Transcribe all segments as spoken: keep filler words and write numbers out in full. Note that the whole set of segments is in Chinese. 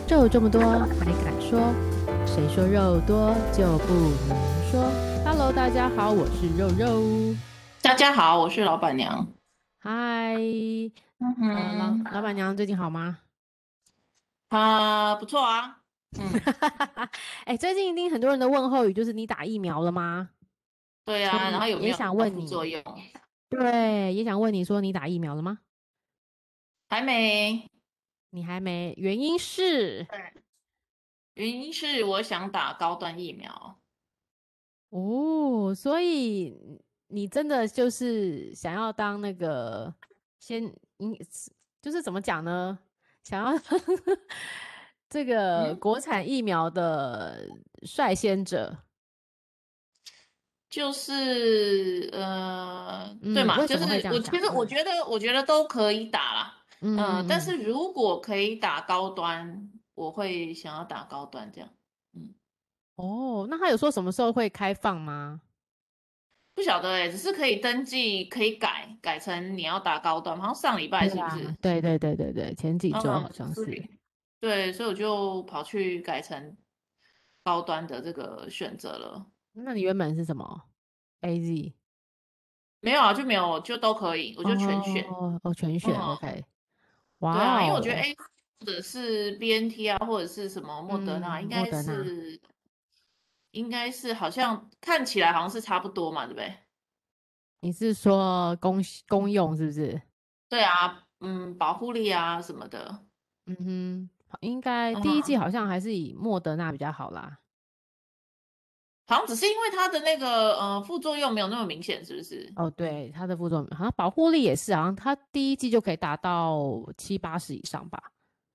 肉这么多还敢说？谁说肉多就不能说？Hello，大家好，我是肉肉。 大家好，我是老板娘。 嗨， 嗯呃，老哼， 老板娘最近好吗？ 啊、不错啊。嗯， 哎、最近一定很多人的问候语就是你打疫苗了吗？ 对啊，然所以后有没有也想什么问你， 副作用？ 对，也想问你说你打疫苗了吗？ 还没。 你还没，原因是原因是我想打高端疫苗。 哦，所以你真的就是想要当那个先，嗯，就是怎么讲呢？想要这个嗯， 国产疫苗的率先者， 就是呃，对嗯， 嘛， 为什么会就是这样想？ 我其实我嗯觉得我觉得都可以打啦。嗯、但嗯嗯嗯， 是如果可以打高端，我会想要打高端这样。嗯， 哦，那他有说什么时候会开放吗？ 不晓得哎、只是可以登记，可以改改成你要打高端，好像上礼拜对啊， 是不是？ 对对对对对，前几周好嗯， 像是。 所以对，所以我就跑去改成高端的这个选择了。 那你原本是什么？A Z？ 没有啊，就没有，就都可以，我就全选。 哦哦，全选嗯， ，OK。 对啊，因哇哦， 为我觉得 A 或者是 B N T 啊，或者是什么莫德纳， 嗯， 应该莫德纳。 是应该是好像看起来好像是差不多嘛，对不对？ 你是说公公用是不是？ 对啊，嗯，保护力啊什么的。 嗯哼，好应该第一季嗯， 好像还是以莫德纳比较好啦。 好像只是因为它的那个呃副作用没有那么明显，是不是？ 哦，对，它的副作用好像保护力也是，好像它第一季就可以达到七八十以上吧，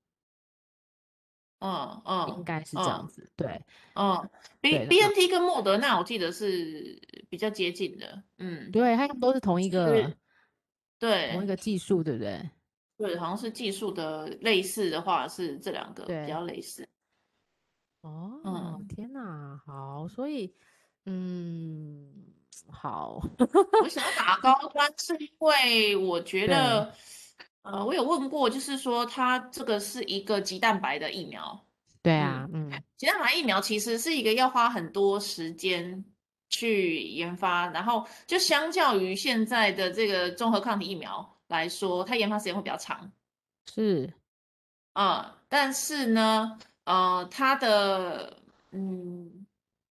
嗯嗯应该是这样嗯。 子。对嗯，B 对的，那 B N T 跟莫德纳我记得是比较接近的。嗯， 对，它们都是同一个是，对同一个技术，对不对？ 对，好像是技术的类似的话是这两个比对， 较类似。 哦， 嗯， 天哪，好，所以嗯，好， 我想要打高端是因为我觉对得，呃，我有问过，就是说它这个是一个鸡蛋白的疫苗。 对啊， 嗯， 嗯， 鸡蛋白疫苗其实是一个要花很多时间去研发，然后就相较于现在的这个综合抗体疫苗来说，它研发时间会比较长。 是啊、但是呢，呃，它的嗯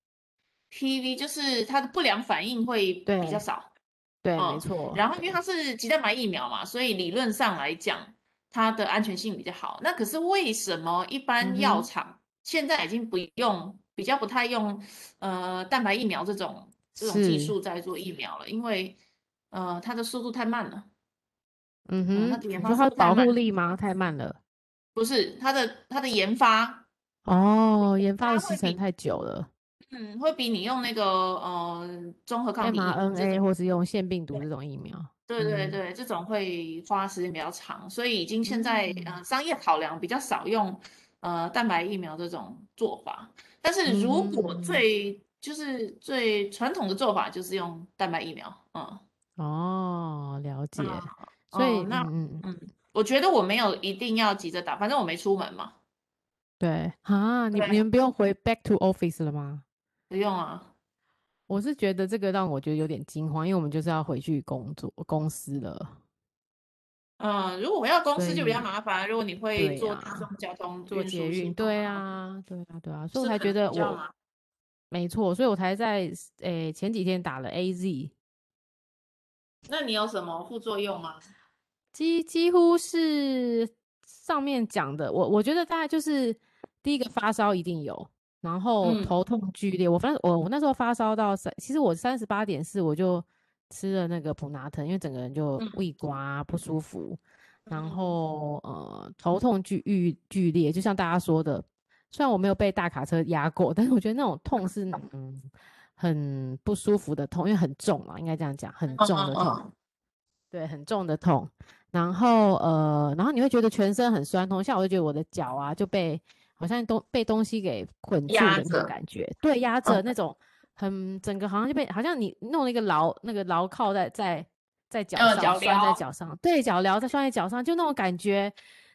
P V 就是它的不良反应会比较对少。 对，没嗯， 错， 然后因为它是鸡蛋白疫苗嘛，所以理论上来讲，它的安全性比较好。那可是为什么一般药嗯哼， 厂现在已经不用，比较不太用呃蛋白疫苗这种这种技是。 术在做疫苗了？因为呃它的速度太慢了。嗯，它嗯哼， 的研发你说它的保速度太慢。 护力吗？太慢了。 不是它的它的研发， 哦，研发的它会比时程太久了嗯会比你用那个呃综合抗体疫这种。 ，mRNA 或是用腺病毒这种疫苗。 对对嗯对，这种会花时间比较长，所以已经现在嗯呃商业考量比较少用呃蛋白疫苗这种做法。但是嗯如果哼， 最就是最传统的做法就是用蛋白疫苗。嗯哦，了嗯解。所以， 哦，那嗯嗯， 嗯，我觉得我没有一定要急着打，反正我没出门嘛。 对啊，你你对， 们不用回 back to office 了吗？ 不用啊。 我是觉得这个让我觉得有点惊慌，因为我们就是要回去工作公司了， 嗯，如果我要公司就比较所以麻烦，如果你会对坐大众呀、 交通做捷运， 运输系统对啊， 啊，对啊，对啊，所以我才是可能觉得我比较麻。 没错，所以我才在诶前几天打了 A Z， 那你有什么副作用吗？ 几几乎是上面讲的，我我觉得大概就是第一个发烧一定有，然后嗯头痛剧烈，我反正我我那时候发烧到三，其实我三十八点四我就吃了那个普拿疼，因为整个人就嗯胃刮不舒服，然嗯后呃头痛剧剧剧烈，就像大家说的，虽然我没有被大卡车压过，但是我觉得那种痛是嗯很不舒服的痛，因为很重嘛，应该这样讲，很嗯重的痛。 嗯嗯对，很重的痛，然后呃，然后你会觉得全身很酸痛，像我就觉得我的脚啊就被好像东被东西给捆住的那种压着。 感觉，对，压着嗯那种很整个好像就被好像你弄了一个牢那个牢靠在在在脚呃， 上拴在脚镣。 脚上，对，脚镣在拴在脚上，就那种感觉。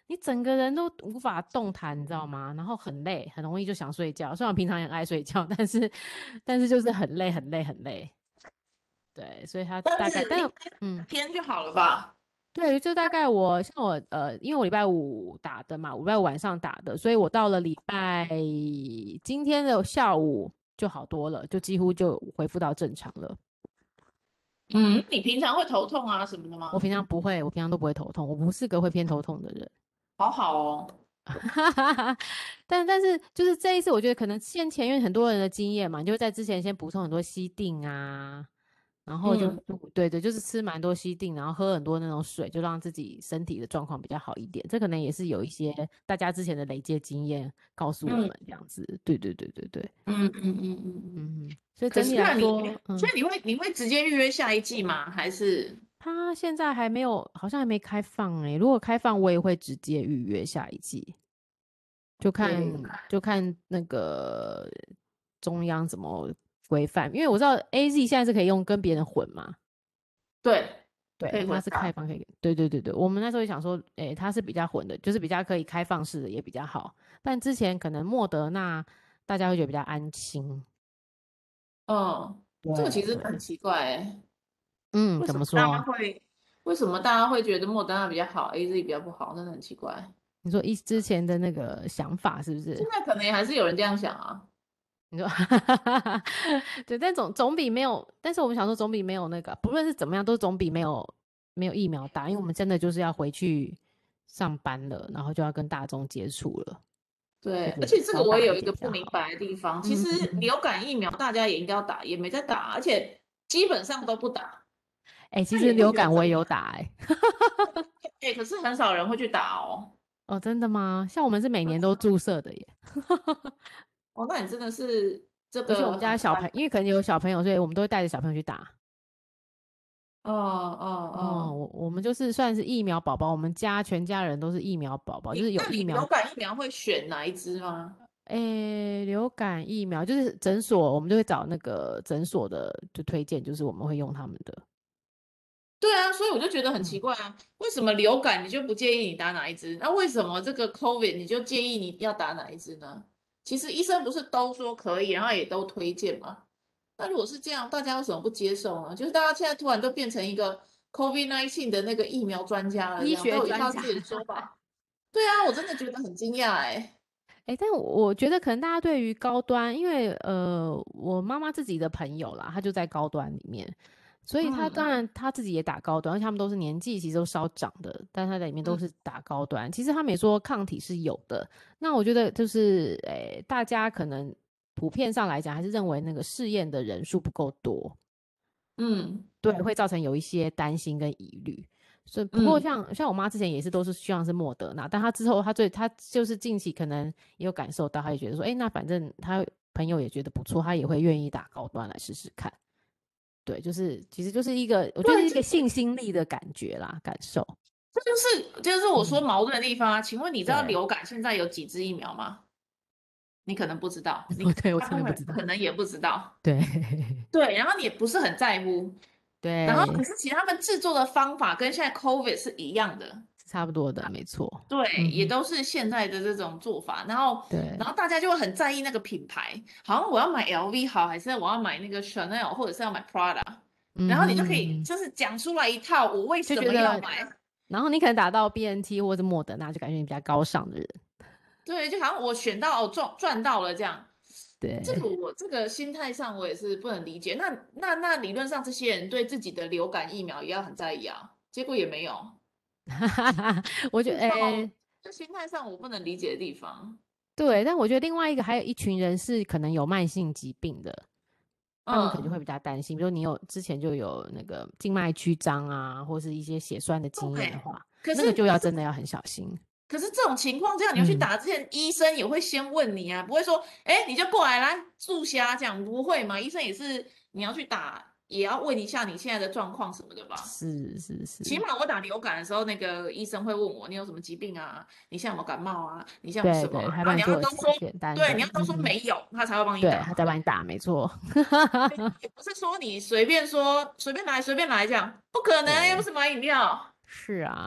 你整个人都无法动弹，你知道吗？然后很累，很容易就想睡觉。虽然我平常也很爱睡觉，但是但是就是很累，很累，很累。对，所以他但大概，但是是应该嗯， 天就好了吧？ 对，就大概我像我呃，因为我礼拜五打的嘛，礼拜五晚上打的，所以我到了礼拜今天的下午就好多了，就几乎就恢复到正常了。 嗯，你平常会头痛啊什么的我吗？ 平常不会，我平常都不会头痛，我不是个会偏头痛的人。 好好哦。 但但是就是这一次，我觉得可能先前因为很多人的经验嘛，你就会在之前先补充很多西锭啊，然后就嗯对对，就是吃蛮多西锭，然后喝很多那种水，就让自己身体的状况比较好一点。这可能也是有一些大家之前的累积经验告诉我嗯们这样子。对对对对对， 嗯嗯嗯嗯嗯。 嗯，所以整体来可是那你， 说，嗯， 所以你会你会直接预约下一季吗？还是他现在还没有，好像还没开放诶、如果开放，我也会直接预约下一季。就看对就看那个中央怎么规范，因为我知道 A Z 现在是可以用跟别人混嘛， 对，可对，它是开以混搭？ 放可以，对对对对，我们那时候也想说，诶，它是比较混的，就是比较可以开放式的，也比较好。但之前可能莫德纳大家会觉得比较安心， 嗯，这个其实很对对， 奇怪哎， 嗯， 为什么大家怎么说？ 会为什么大家会觉得莫德纳比较好，A Z 比较不好？真的很奇怪。 你说一之前的那个想法是不是？ 现在可能也还是有人这样想啊。 你说，对，但总总比没有，但是我们想说总比没有那个，不论是怎么样，都总比没有没有疫苗打，因为我们真的就是要回去上班了，然后就要跟大众接触了， 对， 就觉得而且这个少打一我也有一个点比较好。 不明白的地方，其嗯实流感疫苗大家也应该要打，也没在打，而且基本上都不打， 哎、其那也实流不觉得怎么样。 感我也有打、欸，哎， 哎，可是很少人会去打哦。 哦，真的吗？像我们是每年都注射的耶， 哦，那你真的是这而且我们个很乖。 家小朋友，因为可能有小朋友，所以我们都会带着小朋友去打。 嗯嗯哦， 嗯。 我我们就是算是疫苗宝宝，我们家全家人都是疫苗宝宝，就是你那你有疫苗。 流感疫苗会选哪一支吗？ 诶，流感疫苗就是诊所，我们就会找那个诊所的就推荐，就是我们会用他们的。 对啊，所以我就觉得很奇嗯， 怪啊，为什么流感你就不建议你打哪一支？那为什么这个 COVID 你就建议你要打哪一支呢？其实医生不是都说可以，然后也都推荐吗？那如果是这样，大家为什么不接受呢？就是大家现在突然都变成一个 COVID 十九 的那个疫苗专家了，这医样都有一学专家。 套自己的说法。对啊，我真的觉得很惊讶哎。 哎，但我我觉得可能大家对于高端，因为呃，我妈妈自己的朋友啦，她就在高端里面，所以她当嗯然她自己也打高端，而且他们都是年纪其实都稍长的，但她在里面都嗯是打高端。其实他们也说抗体是有的，那我觉得就是诶，大家可能普遍上来讲，还是认为那个试验的人数不够多。 嗯对，会造成有一些担心跟疑虑。所以不过嗯。 像像我妈之前也是都是希望是莫德纳，但她之后她最她就是近期可能也有感受到，她也觉得说，哎，那反正她朋友也觉得不错，她也会愿意打高端来试试看。对，就是其实就是一个我觉得是对， 一个信心力的感觉啦，感受。 这就是就是我说嗯， 矛盾的地方啊。请问你知道对， 流感现在有几支疫苗吗？你可能不知道，你对我大部真的不知道。 分可能也不知道。 对对，然后你也不是很在乎，然后可对， 是其实他们制作的方法跟现在 COVID 是一样的。 是差不多的，没错。 对， 嗯哼， 也都是现在的这种做法，然后，然对， 后大家就会很在意那个品牌，好像我要买 L V 好，还是我要买那个 Chanel，或者是要买 Prada，然后你就嗯哼可以嗯哼， 就是讲出来一套我为什么要就觉得， 买。 然后你可能打到 B N T 或者莫德纳，就感觉你比较高尚的人。 对，就好像我选到哦赚赚到了这样。这对， 个我这个心态上我也是不能理解。那那那理论上这些人对自己的流感疫苗也要很在意啊，结果也没有。 我觉得， 这种诶、 这心态上我不能理解的地方。 对，但我觉得另外一个还有一群人是可能有慢性疾病的，他们可能就会嗯， 比较担心，比如你有之前就有那个静脉曲张啊，或是一些血栓的经验的对。 话， 可是那个就可是要真的要很小心。 可是这种情况，这样你要去嗯， 打之前，医生也会先问你啊，不会说，哎，你就过来来注瞎这样，不会嘛？医生也是你要去打，也要问一下你现在的状况什么的吧。 是是是， 起码我打流感的时候，那个医生会问我你有什么疾病啊？你现在有没有感冒啊？你现在有没有对对， 什么啊？然后还帮你做了你要都说对， 简单的， 你要都嗯哼， 说没有，他才会帮你对，他打。 再帮你打，没错。 也不是说你随便说随便来随便来这样，不可能，又不对， 是买饮料。 是啊，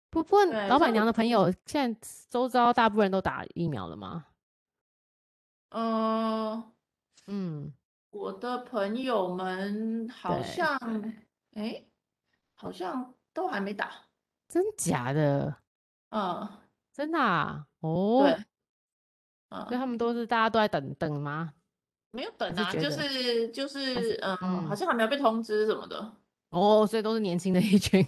不不过对， 老板所以我娘的朋友现在周遭大部分人都打疫苗了吗？ 呃， 嗯， 我的朋友们好对， 像，哎，好像都还没打。 真假的？ 嗯， 真的啊？哦， 对，嗯， 所以他们都是大家都在等等吗？ 没有等啊，就还是觉得是就还是是，嗯，好嗯像还没有被通知什么的。 哦，所以都是年轻的一群。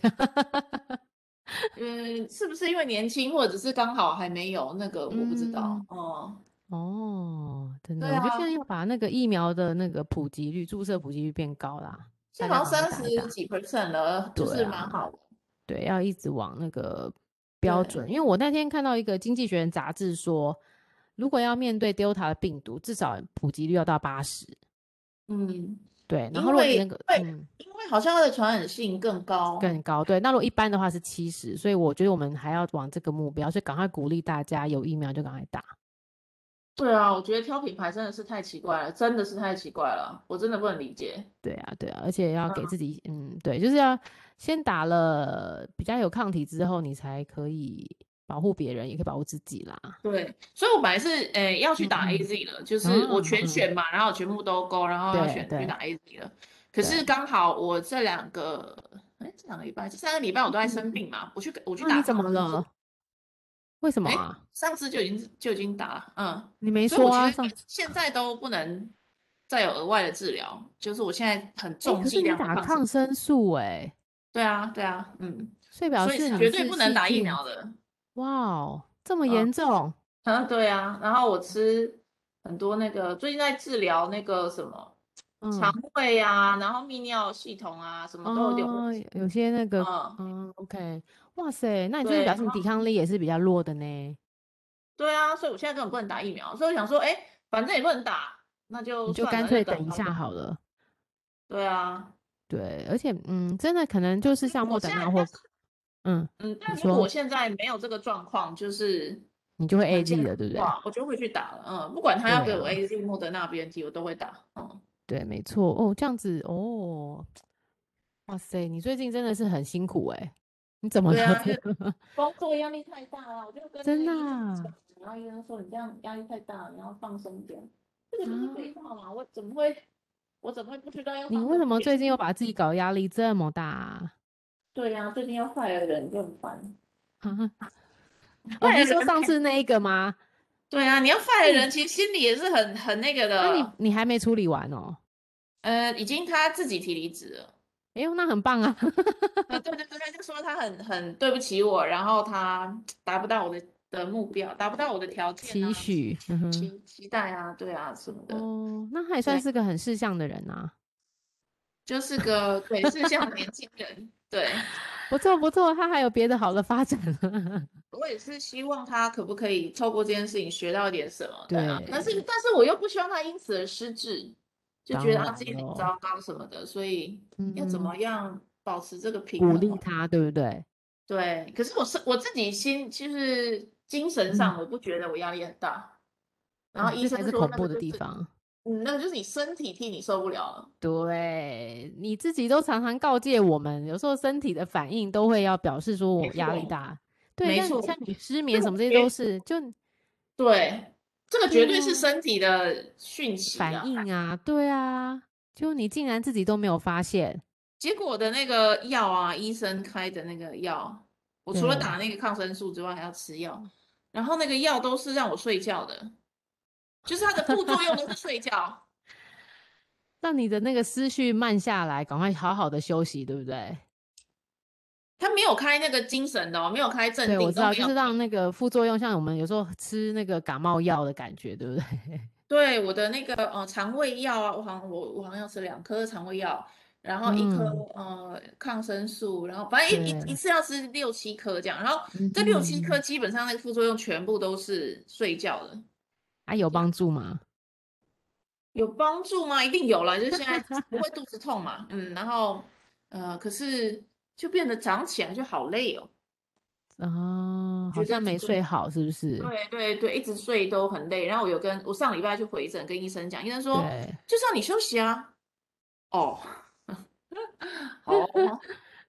嗯，是不是因为年轻，或者是刚好还没有那个，我不知道。 嗯， 哦， 哦，真的，我觉得现在对啊， 要把那个疫苗的那个普及率、注射普及率变高啦，大家赶快现在好像三打一打。 十几 percent 了，就是蛮对啊， 好的。 对，要一直往那个标对， 准。因为我那天看到一个《经济学人》杂志说，如果要面对 Delta 的病毒，至少普及率要到八十。 嗯， 对，然因后如果那为对， 个嗯因为好像它的传染性更高。 更高，对，那如果一般的话是七十，所以我觉得我们还要往这个目标，所以赶快鼓励大家有疫苗就赶快打。 对啊，我觉得挑品牌真的是太奇怪了，真的是太奇怪了，我真的不能理解。 对啊，对啊，而且要给嗯， 自己，嗯，对，就是要先打了比较有抗体之后，你才可以保护别人，也可以保护自己啦。 对，所以我本来是诶要去打嗯嗯， A Z 了，就是我啊，嗯， 全选嘛，然后全部都勾，然后要对对选去打 A Z 了。可是对， 刚好我这两个，哎，这两个礼拜，这三个礼拜我都在生嗯， 病嘛，我去我去那你怎打抗生素。 么了？为什么哎， 啊？ 上次就已经就已经打了，嗯， 你没所以我其实说啊？上， 现在都不能再有额外的治疗，就是我现在很哎， 重剂可是你量的抗生素。 打抗生素，哎， 对啊，对啊，嗯， 所以表所以是示你是绝对不能打疫细菌， 苗的。 哇哦，这么嗯， 严重？ 嗯，对啊，然后我吃很多那个，最近在治疗那个什么肠嗯。 胃啊，然后泌尿系统啊，什么都有点问哦， 题。 有些那个， 嗯， 嗯，OK，哇塞，那你真的对， 表示你抵然后抗力也是比较弱的呢。 对啊，所以我现在根本不能打疫苗，所以我想说，哎，反正也不能打，那就你就干算了，那就脆等一等高端。 下好了。 对啊， 对，而且，嗯，真的可能就是像莫我现在， 德纳或， 但是， 嗯， 嗯，但如果你说我现在没有这个状况，就是你就会很 A Z 健康了，对不对？ 的话，我就会去打了。嗯，不管他要给我对啊， A Z、莫德纳、B N T，我都会打。嗯， 对，没错。哦，这样子，哦，哇塞，你最近真的是很辛苦哎，你怎么了？ 对啊，因为工作压力太大了，我就跟那真的个医生讲， 啊？ 然后医生说你这样压力太大了，你要放松点。这个就是啊， 废话嘛，我怎么会，我怎么会不知道要你为什么放松点？ 最近又把自己搞压力这么大啊？ 对呀、最近要坏的人就很烦， 哦，你是坏的人， 说上次那一个吗？ 对啊，你要坏的人， 你其实心里也是很很那个那你的。 你还没处理完哦？ 呃，已经他自己提离职了。 哎呦，那很棒啊！ 呃，对对对，他就说他很很对不起我，然后他达不到我的的目标，达不到我的条件啊， 期许，嗯哼， 期期待啊，对啊什么的。 哦，那他也算对， 是个很识相的人啊， 就是个对是像年轻人。对， 不错不错，他还有别的好的发展。 我也是希望他可不可以透过这件事情学到一点什么的啊，但是对， 但是我又不希望他因此而失智，就觉当然得啊自己很咯， 糟糕什么的，所以要怎嗯， 么样保持这个平鼓衡哦？ 励他，对不对？ 对，可是我是我自己心就是精神嗯， 上，我不觉得我压力很大。然后哦， 医生说这才是恐怖的那个就是， 地方。 嗯，那个就是你身体替你受不了了。 对，你自己都常常告诫我们，有时候身体的反应都会要表示说我压力没错， 大。对， 没错， 像像你失这眠什么这些都个绝是，就对，这个绝对是对啊， 身体的讯息反啊。 应啊，对啊，就你竟然自己都没有发现， 结果的那个药啊，医生开的那个药，我除了对， 打那个抗生素之外，还要吃药，然后那个药都是让我睡觉的，就是它的副作用都是睡觉。 让你的那个思绪慢下来，赶快好好的休息，对不对？ 他没有开那个精神的哦，没有开镇对，我定， 知道， 都没有。 就是让那个副作用像我们有时候吃那个感冒药的感觉，对不对？ 对，我的那个呃肠胃药啊，我好像我我好像要吃两颗肠胃药，然后一颗嗯， 呃抗生素，然后反正一一一对， 次要吃六七颗这样，然后嗯这六七颗嗯， 基本上那个副作用全部都是睡觉的。 啊，有帮助吗？ 有帮助吗？一定有了，就是现在不会肚子痛嘛，嗯，然后呃，可是就变得长起来就好累哦， 哦，好觉得像没睡好，是不是？ 对对对，一直睡都很累。然后我有跟我上礼拜去回诊，跟医生讲，医生说对， 就是让你休息啊。哦，好哦，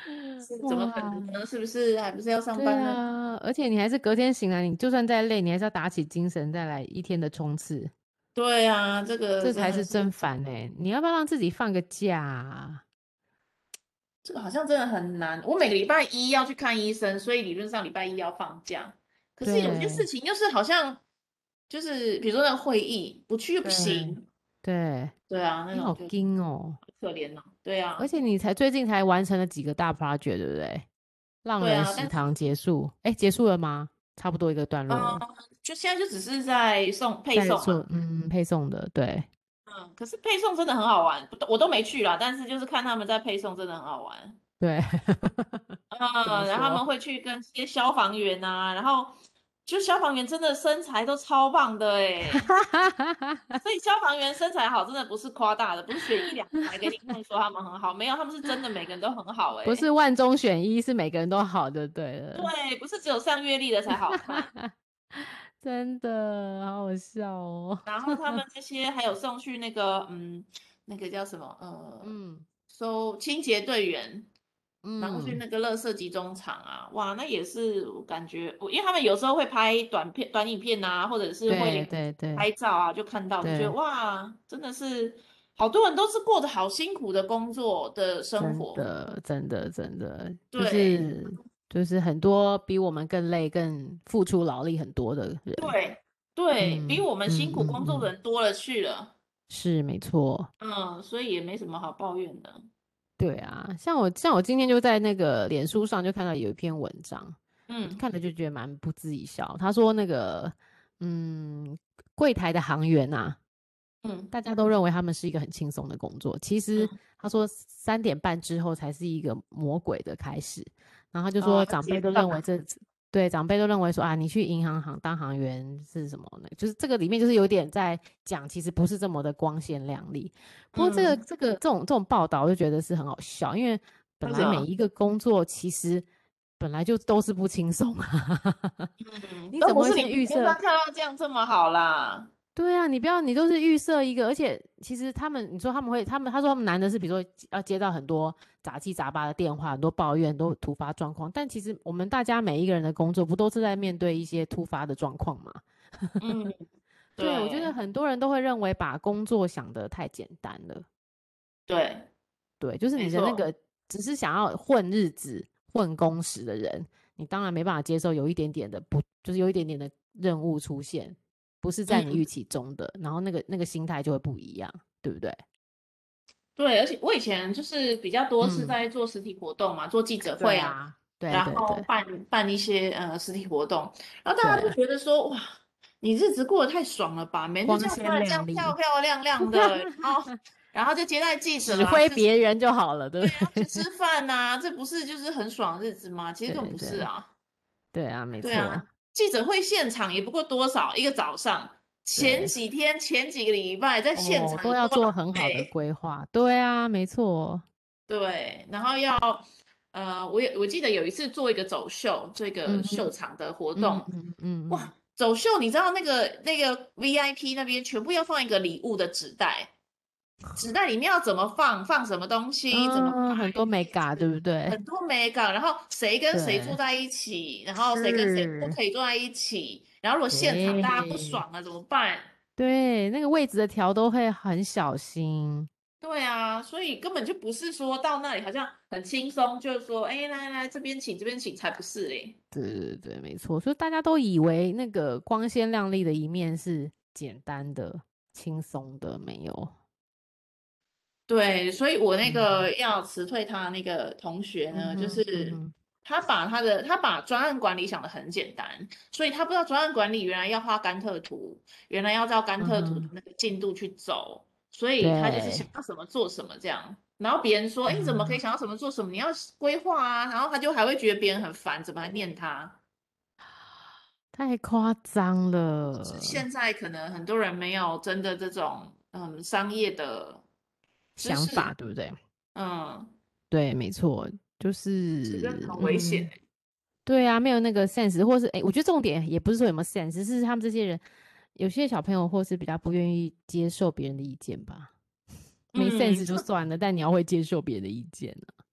是怎么可能哇， 呢？是不是？还不是要上对班呢？ 啊，而且你还是隔天醒来，你就算再累，你还是要打起精神再来一天的冲刺， 对啊，这个这真的是， 才是真烦哎、你要不要让自己放个假啊？ 这个好像真的很难。我每个礼拜一要去看医生，所以理论上礼拜一要放假。可是有些对事情就是好像，就是比如说那个会议不去又不对行。 对， 对啊，那你好种就硬哦， 可怜哦。对啊， 而且你才最近才完成了几个大 project，对不对？浪人对啊，但是食堂结束，哎，结束了吗？差不多一个段嗯、 落了， 呃就现在就只是在送配在送嘛。 做嗯配送的，对嗯，可是配送真的很好玩，不我都没去啦，但是就是看他们在配送真的很好玩。 对，怎么嗯，然后他们说？ 会去跟一些消防员啊，然后就消防员真的身材都超棒的诶，所以消防员身材好真的不是夸大的，不是选一两个来给你看说他们很好，没有，他们是真的每个人都很好不是诶。 万中选一，是每个人都好的，对了， 对，不是只有上阅历的才好看。 真的好好笑哦。 然后他们这些还有送去那个嗯，那个叫什么呃， 嗯收清洁队员。然后去嗯， 那个垃圾集中场啊，哇，那也是我感觉，我因为他们有时候会拍短片、短影片啊，或者是对会对对拍照啊，就看到就觉得对， 哇，真的是好多人都是过得好辛苦的工作的生真活。 的真的真的，就对是就是很多比我们更累、更付出劳力很多的人， 对对，比嗯我们辛嗯苦工作的嗯嗯， 人多了去了。 是没错。 嗯，所以也没什么好抱怨的。 对啊，像我像我今天就在那个脸书上就看到有一篇文章，我嗯看了就觉得蛮不自己笑。他说那个嗯，柜台的行员呐、 嗯大家都认为他们是一个很轻松的工作，其实嗯， 他说三点半之后才是一个魔鬼的开始。然后他就哦， 说要长辈都结账。 认为这对长辈都认为说啊，你去银行行当行员是什么呢？就是这个里面就是有点在讲，其实不是这么的光鲜亮丽。不过这个嗯， 这个这种这种报道，我就觉得是很好笑，因为本为什么？ 来每一个工作其实本来就都是不轻松啊， 嗯， 你怎么会都不是你先预设？ 平常看到这样这么好啦。 对啊，你不要，你都是预设一个，而且其实他们，你说他们会，他们他说他们难的是，比如说要接到很多杂七杂八的电话，很多抱怨，很多突发状况，但其实我们大家每一个人的工作，不都是在面对一些突发的状况吗？ 嗯， 对，我觉得对很多人都会认为把工作想得太简单了， 对， 对，就是没错。 你的那个只是想要混日子、混工时的人，你当然没办法接受有一点点的不，就是有一点点的任务出现，不是在你嗯， 预期中的，然后那个那个心态就会不一样，对不对？ 对，而且我以前就是比较多是嗯， 在做实体活动嘛，做记者会啊， 对啊，对然后对对办办一些呃实体活动，然后大家都对， 觉得说哇，你日子过得太爽了吧，每天就这样穿光鲜得这样漂亮丽， 漂亮亮的，然后然后就接待记者啊， 指挥吃别人就好了，对不对？ 去吃饭呐、这不是就是很爽的日子吗？其实根本不是对对啊。 对啊，没错， 对啊，记者会现场也不过多少一个早上，前对几天前几个礼拜在现哦，都要场有多狼做很好的狈。 规划，对啊，没错， 对，然后要呃，我也我记得有一次做一个走秀，这个嗯哼秀场的活动， 嗯嗯嗯嗯， 哇，走秀你知道那个那个 V I P 那边全部要放一个礼物的纸袋，纸袋里面要怎么放，放什么东西，怎么嗯，很多摆美感，对位置， 不对？ 很多美感，然后谁跟谁坐对， 在一起，然后谁跟谁不是， 可以坐在一起，然后如果现场大家不对爽了怎么办？ 对，那个位置的调都会很小心， 对啊，所以根本就不是说到那里好像很轻松，就是说，哎，来来这边请，这边请，才不是嘞。 对对对，没错，所以大家都以为那个光鲜亮丽的一面是简单的、轻松的，没有。 对，所以我那嗯个要辞退他那个同学呢，就嗯哼嗯是哼， 他把他的他把专案管理想得很简单，所以他不知道专案管理原来要画甘特图，原来要照甘特图的嗯哼， 那个进度去走，所以他就是想对， 要什么做什么这样。然后别人说，哎，你怎么可以嗯， 想要什么做什么？你要规划啊。然后他就还会觉得别人很烦，怎么还念他？ 太夸张是了， 现在可能很多人没有真的这种嗯商业的知识。 想法对不对？ 嗯， 对，没错，就这个是很危险嗯， 欸。 对啊，没有那个 sense，或是哎，我觉得重点也不是说有没有 sense，是他们这些人，有些小朋友或是比较不愿意接受别人的意见吧。没嗯， sense 就这算了，但你要会接受别人的意见啊。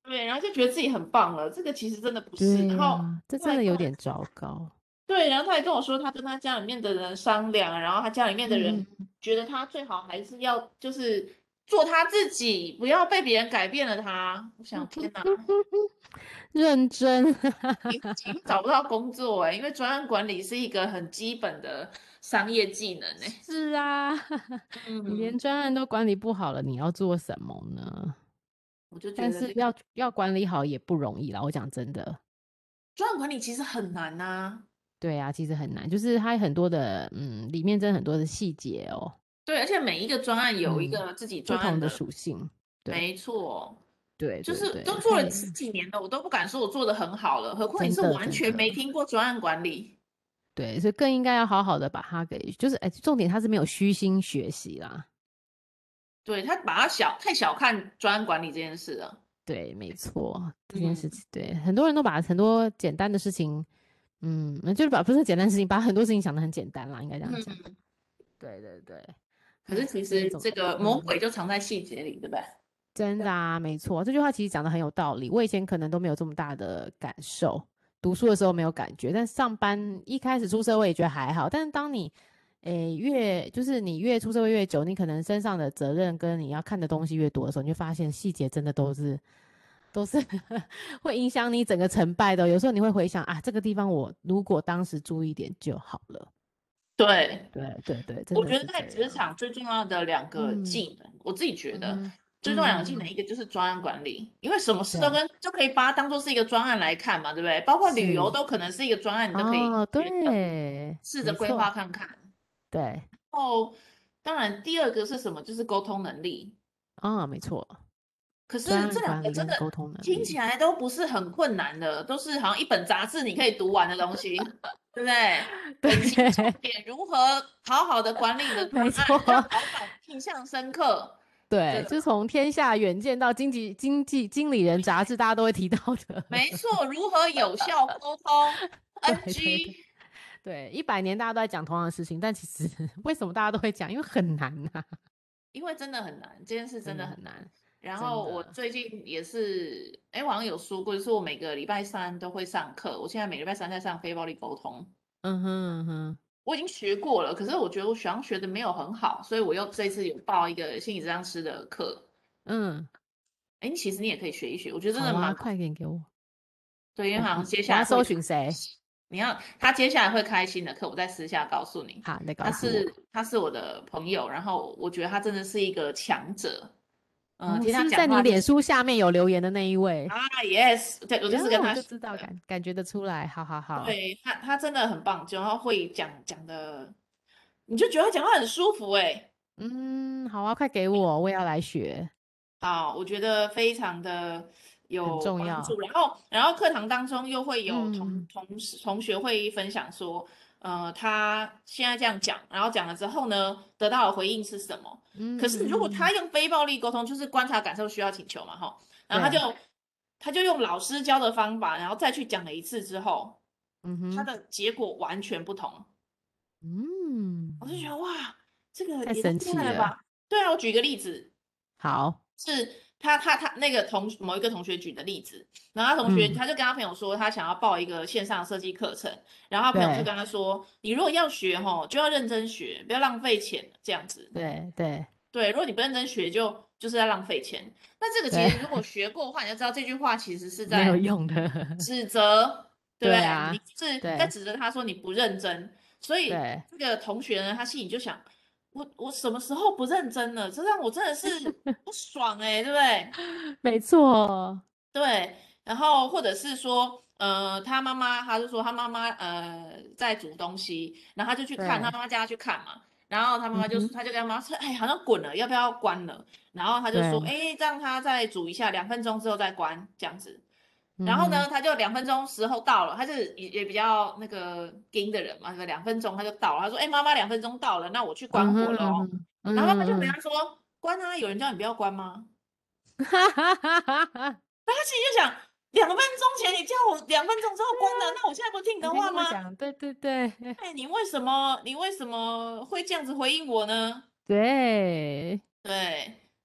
对，然后就觉得自己很棒了，这个其实真的不是。然后对呀，这真的后来跟我有点糟糕。 对，然后他还跟我说，他跟他家里面的人商量，然后他家里面的人嗯嗯觉得他最好还是要就是做他自己，不要被别人改变了他。我想，天哪， 认真。 已经找不到工作哎，因为专案管理是一个很基本的商业技能哎。 是啊，你连嗯， 专案都管理不好了，你要做什么呢？ 我就觉但得这个是要要管理好也不容易啦，我讲真的。 专案管理其实很难呐、 对啊，其实很难，就是它很多的，嗯，里面真的很多的细节哦。 对，而且每一个专案有一嗯， 个自己不同的专案的， 属性。对没错。就是对对对，太都做了十几年了，我都不敢说我做的很好了，何况你真是完的真的。 全没听过专案管理。 对，所以更应该要好好的把它给，就是哎，重点他是没有虚心学习啦。 对，他把他小太小看专案管理这件事了。 对，没错，这件事嗯情，对，很多人都把很多简单的事情，嗯，那就是把不是简单的事情，把很多事情想得很简单啦，应该这样讲。 嗯， 对对对。唉， 可是其所以总实这个魔嗯， 鬼就藏在细节里，对不对？ 真的啊，没错，这句话其实讲的很有道理。我以前可能都没有这么大的感受，读书的时候没有感觉，但上班一开始出社会也觉得还好，但是当你诶越就是你越出社会越久，你可能身上的责任跟你要看的东西越多的时候，你就发现细节真的都是都是会影响你整个成败的哦。有时候你会回想啊，这个地方我如果当时注意一点就好了。 对， 对对对，真我的是觉得在职这样。 场最重要的两个嗯技能，我自己觉得嗯哼最重要的两个技能， 嗯嗯， 一个就是专案管理，因为什么事都对， 跟就可以把它当做是一个专案来看嘛，对不对？包括旅游是。 都可能是一个专案，你都可以哦， 觉得对， 试着规没错， 划看看。 对， 哦，当然，第二个是什么？就是沟通能力。 啊、没错， 可专是这两案管理个真的跟沟通能听起力。 来都不是很困难的，都是好像一本杂志你可以读完的东西，对不对？ 对， 本期重点如何好好的管理你的专没错， 案，让老板印象深刻。这对，就个从《天下远见》到《经济经济经理人》杂志，大家都会提到的。 没错，如何有效沟通对对对 ？N G， 对，一百年大家都在讲同样的事情，但其实为什么大家都会讲？因为很难呐、 因为真的很难，这件事真的很难。 真的很难， 然后我真的。 最近也是，哎，我好像有说过，就是我每个礼拜三都会上课，我现在每个礼拜三在上非暴力沟通。 嗯哼嗯哼， 我已经学过了，可是我觉得我好像学的没有很好，所以我又这次有报一个心理咨商师的课。 嗯， 哎，其实你也可以学一学，我觉得真好啊， 的蛮不快点给我， 对，因为我好像接我要搜下来会， 寻谁？ 你要他接下来会开新的课，我在私下告诉你。 好，你再他告诉我。 是他是我的朋友，然后我觉得他真的是一个强者。嗯、 哦， 听他是不是在讲话就是你脸书下面有留言的那一位？ 啊，yes，对我就然是跟他学后我就知道的。 感感觉得出来，好好好。 对他，他真的很棒，然后会讲讲的，你就觉得他讲话很舒服哎。 嗯，好啊，快给我，我也要来学， 好，我觉得非常的很有帮助。 重要。 然后，然后课堂当中又会有同嗯同事同学会分享说，呃，他现在这样讲，然后讲了之后呢，得到的回应是什么？可是如果嗯嗯嗯， 他用非暴力沟通，就是观察、感受、需要、请求嘛，哈，然后他对， 就他就用老师教的方法，然后再去讲了一次之后，他嗯哼， 的结果完全不同。我就觉嗯， 得哇，这个太神也太厉害奇了。 了吧？对啊，我举个例子， 好， 是他他他那个同某一个同学举的例子，然后他同学嗯， 他就跟他朋友说，他想要报一个线上设计课程，然后他朋友就对跟他说，你如果要学吼，就要认真学，不要浪费钱，这样子。 对对对，如果你不认真学就，就是在浪费钱。那这个其对， 实如果学过的话，你就知道这句话其实是没有在用的。 指责，对不对？你对啊， 是在对指责他说你不认真，所以对， 这个同学呢，他心里就想，我我什么时候不认真了？这让我真的是不爽哎、对不对？ 没错， 对，然后或者是说，呃，他妈妈，他就说他妈妈呃在煮东西，然后他就去看他对， 妈妈叫他去看嘛，然后他妈妈就嗯哼， 他就跟他妈妈说，哎，好像滚了，要不要关了？然后他就说， 对， 哎，让他再煮一下，两分钟之后再关，这样子。然后呢， 嗯哼， 他就两分钟时候到了，他是也也比较那个硬的人嘛，两分钟他就到了，他说，哎，妈妈两分钟到了，那我去关嗯哼火了哦。 嗯哼然后妈妈就回嗯答说，关啊，有人叫你不要关吗？ 嗯，哈哈哈哈哈。 他心里就想，两分钟前你叫我两分钟之后关了，那我现在不听你你先的话吗？ 跟我讲，对对对哎，你为什么你为什么会这样子回应我呢？ 对， 对，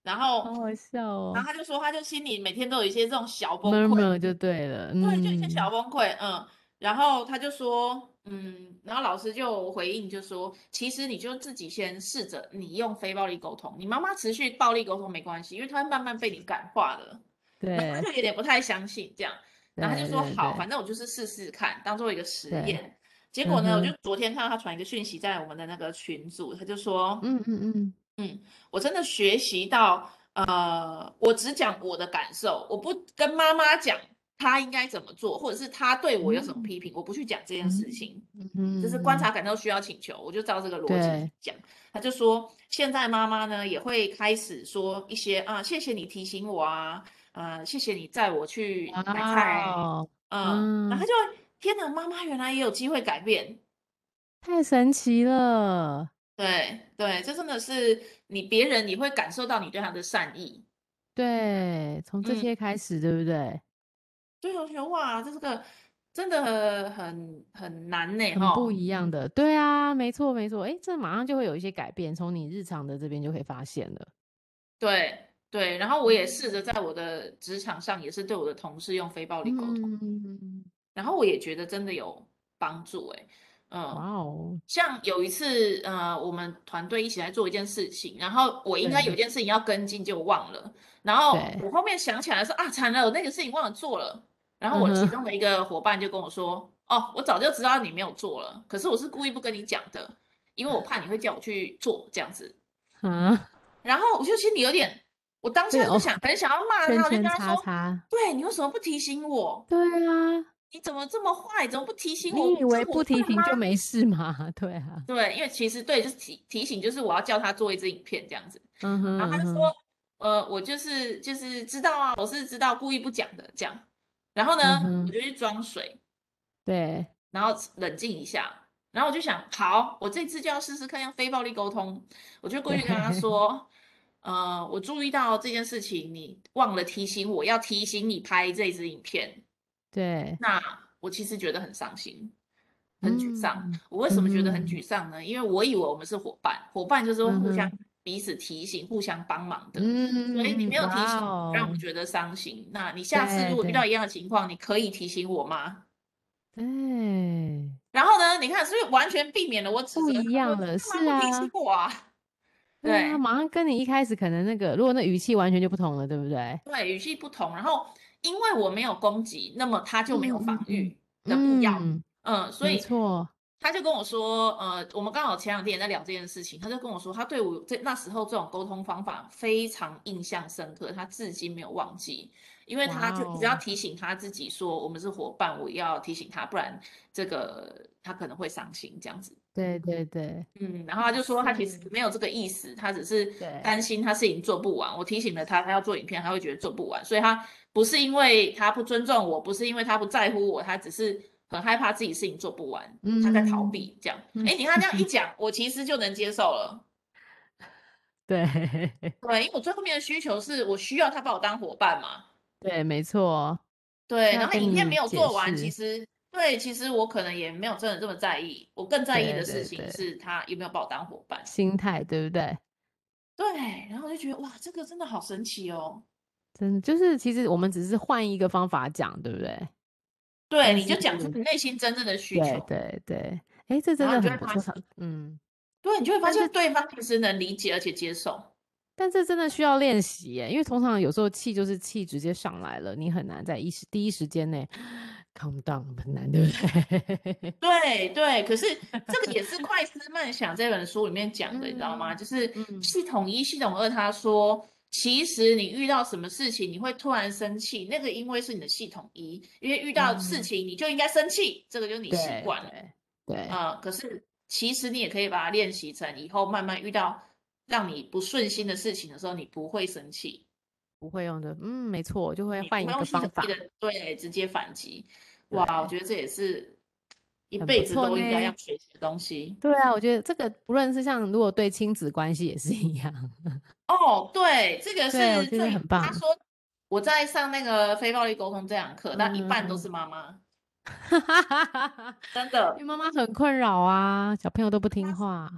然后， 好好笑哦然后他就说，他就心里每天都有一些这种小崩溃， ，murmur 就对了， 对，就一些小嗯， 崩溃，嗯。然后他就说，嗯，然后老师就回应就说，其实你就自己先试着你用非暴力沟通，你妈妈持续暴力沟通没关系，因为她会慢慢被你感化的。然后他对就有点不太相信这样，然后他就对说好， 对对反正我就是试试看，当做一个实对， 验。结果呢，我就嗯哼， 昨天看到他传一个讯息在我们的那个群组，他就说， 嗯嗯嗯， 嗯，我真的学习到，呃，我只讲我的感受，我不跟妈妈讲她应该怎么做，或者是她对我有什么嗯批评，我不去讲这件事嗯情。 嗯就是嗯嗯， 观察感受需要请求，我就照这个逻辑去对， 讲。他就说，现在妈妈呢也会开始说一些啊，谢谢你提醒我啊，呃，谢谢你载我去买菜， 哇哦， 嗯，然后他嗯， 就天哪，妈妈原来也有机会改变。 太神奇了， 对对，这真的是你别人你会感受到你对他的善意。 对，从这嗯， 些开始，对不对？ 对，我觉得哇，这个真的很很难呢，哈。 很不一样的，对啊，没错没错，诶，这马上就会有一些改变，从你日常的这边就可以发现了。 对对，然后我也试着在我的职场上，也是对我的同事用非暴力沟通。 嗯嗯嗯嗯嗯， 然后我也觉得真的有帮助哎，嗯， 哇哦， 像有一次，呃，我们团队一起来做一件事情，然后我应该有对一件事情要跟进，就忘了，然后对， 我后面想起来说啊，惨了，我那个事情忘了做了，然后我其嗯哼， 中的一个伙伴就跟我说，哦，我早就知道你没有做了，可是我是故意不跟你讲的，因为我怕你会叫我去做这样子， 啊， 然后我就心里有点，我当有点哦， 下就想很想要骂他，我就跟圈圈他说， 叉叉， 对你为什么不提醒我？ 对啊， 你怎么这么坏？怎么不提醒我？ 你以我是为不提伙伴吗？ 醒就没事吗？对啊， 对，因为其实对，就是提提醒，就是我要叫他做一支影片这样子。 嗯哼然后他就说， 嗯哼呃，我就是就是知道啊，我是知道，故意不讲的这样。然后呢，我嗯哼， 就去装水， 对然后冷静一下。然后我就想，好，我这次就要试试看用非暴力沟通。我就过对去跟他说，呃，我注意到这件事情，你忘了提醒我要提醒你拍这支影片。 对， 那我其实觉得很伤心，很沮丧。 嗯我为什么觉得很嗯哼沮丧呢？因为我以为我们是伙伴，伙伴就是互相嗯哼彼此提醒、互相帮忙的。所以你嗯嗯， 没有提哇醒我，让我哦， 觉得伤心。那你下次如对对果遇到一样的情况，你可以提醒我吗？ 对， 然后呢，你看是不是完全避免了我指不责他说一样了， 你干嘛不提醒是啊。 我啊？ 对啊， 对马上跟你一开始可能那个，如果那语气完全就不同了，对不对？ 对，语气不同。然后因为我没有攻击，那么他就没有嗯嗯嗯防御的必要。 嗯， 嗯，所没以错， 他就跟我说，呃，我们刚好前两天也在聊这件事情，他就跟我说，他对我这那时候这种沟通方法非常印象深刻，他至今没有忘记，因为他哇就一直要哦， 提醒他自己说，我们是伙伴，我要提醒他，不然这个他可能会伤心这样子。 对对对， 嗯，然后他哇就说他其实塞， 没有这个意思，他只是对， 担心他事情做不完。我提醒了他，他要做影片，他会觉得做不完，所以他不是因为他不尊重我，不是因为他不在乎我，他只是很害怕自己事情做不完，他在逃嗯避这样。 嗯， 哎，你看这样一讲，我其实就能接受了。 对对，因为我最后面的需求是我需要他把我当伙伴嘛。 对，没错， 对，然后他要跟影片没有你解做完，其释， 实对，其实我可能也没有真的这么在意，我更在意对的事对对， 情是他有没有把我当伙伴。 心态对不对？ 对，然后我就觉得哇，这个真的好神奇哦。 真的就是其实我们只是换一个方法讲，对不对？ 对， 但是你就讲出你内心真正的需对求， 对对，哎，这真然后的你就会发现， 很不错，嗯， 对，你就会发但是现对方其实能理解而且接受。 但这真的需要练习耶，因为通常有时候气就是气直接上来了，你很难在一时第一时间内 calm down，很难，对不对？ 对对，可是这个也是《快思慢想》这本书里面讲的，你知道吗？ 嗯就是嗯系统一、系统二，他说，其实你遇到什么事情，你会突然生气，那个因为是你的系统一，因为遇到事嗯， 情你就应该生气，这个就是你习惯了。 对对对， 呃，可是其实你也可以把它练习成以后慢慢遇到让你不顺心的事情的时候，你不会生气， 不会用的，嗯，没错，就会你换一个不会用系统方法， 一的对直接反击。哇，我对， 觉得这也是一很不辈子错呢。 都应该要学习的东西。 对啊，我觉得这个不论是像如果对亲子关系也是一样， 哦，对，这个对，我是觉得最他很棒。 说我在上那个非暴力沟通这堂课，但一半都是嗯， 妈妈，真的。 因为妈妈很困扰啊，小朋友都不听话。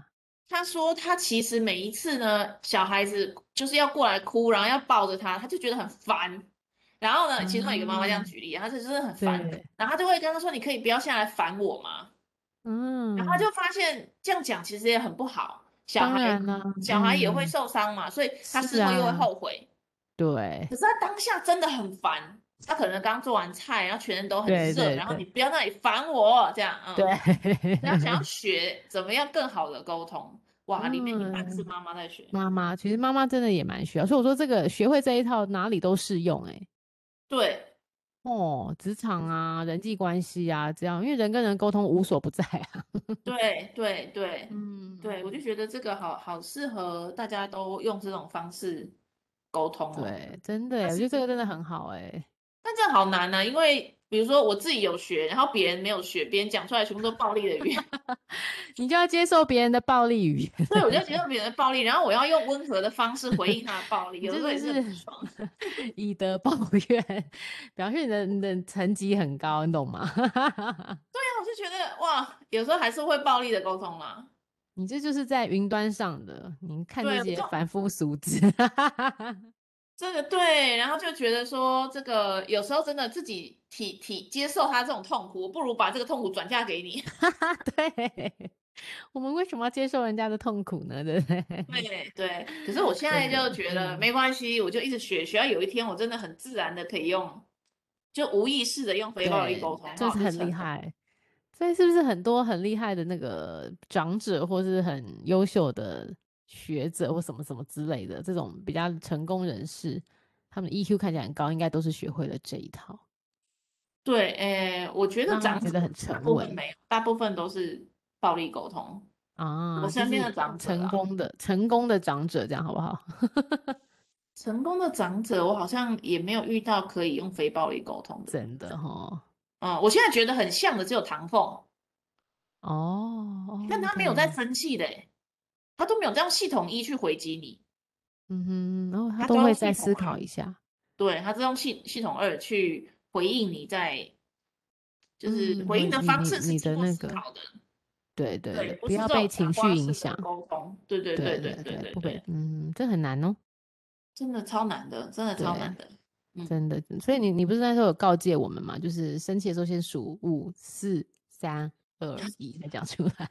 他说他其实每一次呢，小孩子就是要过来哭，然后要抱着他，他就觉得很烦。然后呢，其中有一个妈妈这样啊， 举例，她是真的很烦， 对， 然后他就会跟他说：“你可以不要下来烦我吗？”然后他嗯， 就发现这样讲其实也很不好，小孩当然啦， 小孩也会嗯， 受伤嘛，所以他是事后又会啊， 后悔。 对， 可是他当下真的很烦，他可能刚做完菜，然后全身都很对热， 对对然后你不要那里烦我，这样， 对， 嗯，然后想要学怎么样更好的沟通，哇，里面一半是嗯， 妈妈在学， 妈妈，其实妈妈真的也蛮需要，所以我说这个学会这一套哪里都适用、欸，哎， 对哦，职场啊，人际关系啊，这样，因为人跟人沟通无所不在啊， 对对对对，我就嗯， 觉得这个好好适合大家都用这种方式沟通哦。 对，真的耶，我觉但是得这个真的很好、欸，哎。 但这样好难呢、因为比如说我自己有学，然后别人没有学，别人讲出来全部都暴力的语言， 你就要接受别人的暴力语言， 所以我就觉得别人的暴力，然后我要用温和的方式回应他的暴力， 你有的时候也是很这就是不爽。 以德报怨，表示你的你的层级很高，你懂吗？ 对啊，我就觉得哇，有时候还是会暴力的沟通啦。 你这就是在云端上的，你看这对，我就些凡夫俗子， 这个对，然后就觉得说这个有时候真的自己体体接受他这种痛苦，我不如把这个痛苦转嫁给你。 对，我们为什么要接受人家的痛苦呢？对不对？ 对对，可是我现在真的， 就觉得嗯， 没关系，我就一直学，学到有一天我真的很自然的可以用，就无意识的用非暴力对， 沟通，哇， 这是很我就成功。 厉害。所以是不是很多很厉害的那个长者，或是很优秀的学者，或什么什么之类的，这种比较成功人士，他们的 E Q 看起来很高，应该都是学会了这一套， 对，诶，我觉得长者让他觉得很大沉稳部分没有，大部分都是暴力沟通。我啊，就身边的是长者啦， 成功的成功的长者，这样好不好？ 成功的长者，我好像也没有遇到可以用非暴力沟通的。 真的哈， 嗯，我现在觉得很像的只有唐凤， 哦哦但他没有在 ，OK， 生气的欸，他都没有这样系统一去回击你， 嗯哼，然后他他都用都会再思系统二， 考一下， 对，他是用系系统二去回应你在，就是嗯， 回应的回你方式是你你经过的那个， 思考的， 对对对， 对，不要不是这种傻被情绪瓜式的影响， 沟通，对对对对对对对，不被， 对对对， 嗯，这很难哦。 真的超难的，真的超难对， 的，嗯， 真的，所以你你不是那时候有告诫我们嘛？就是生气的时候先数五、四、三、二、一，再讲出来，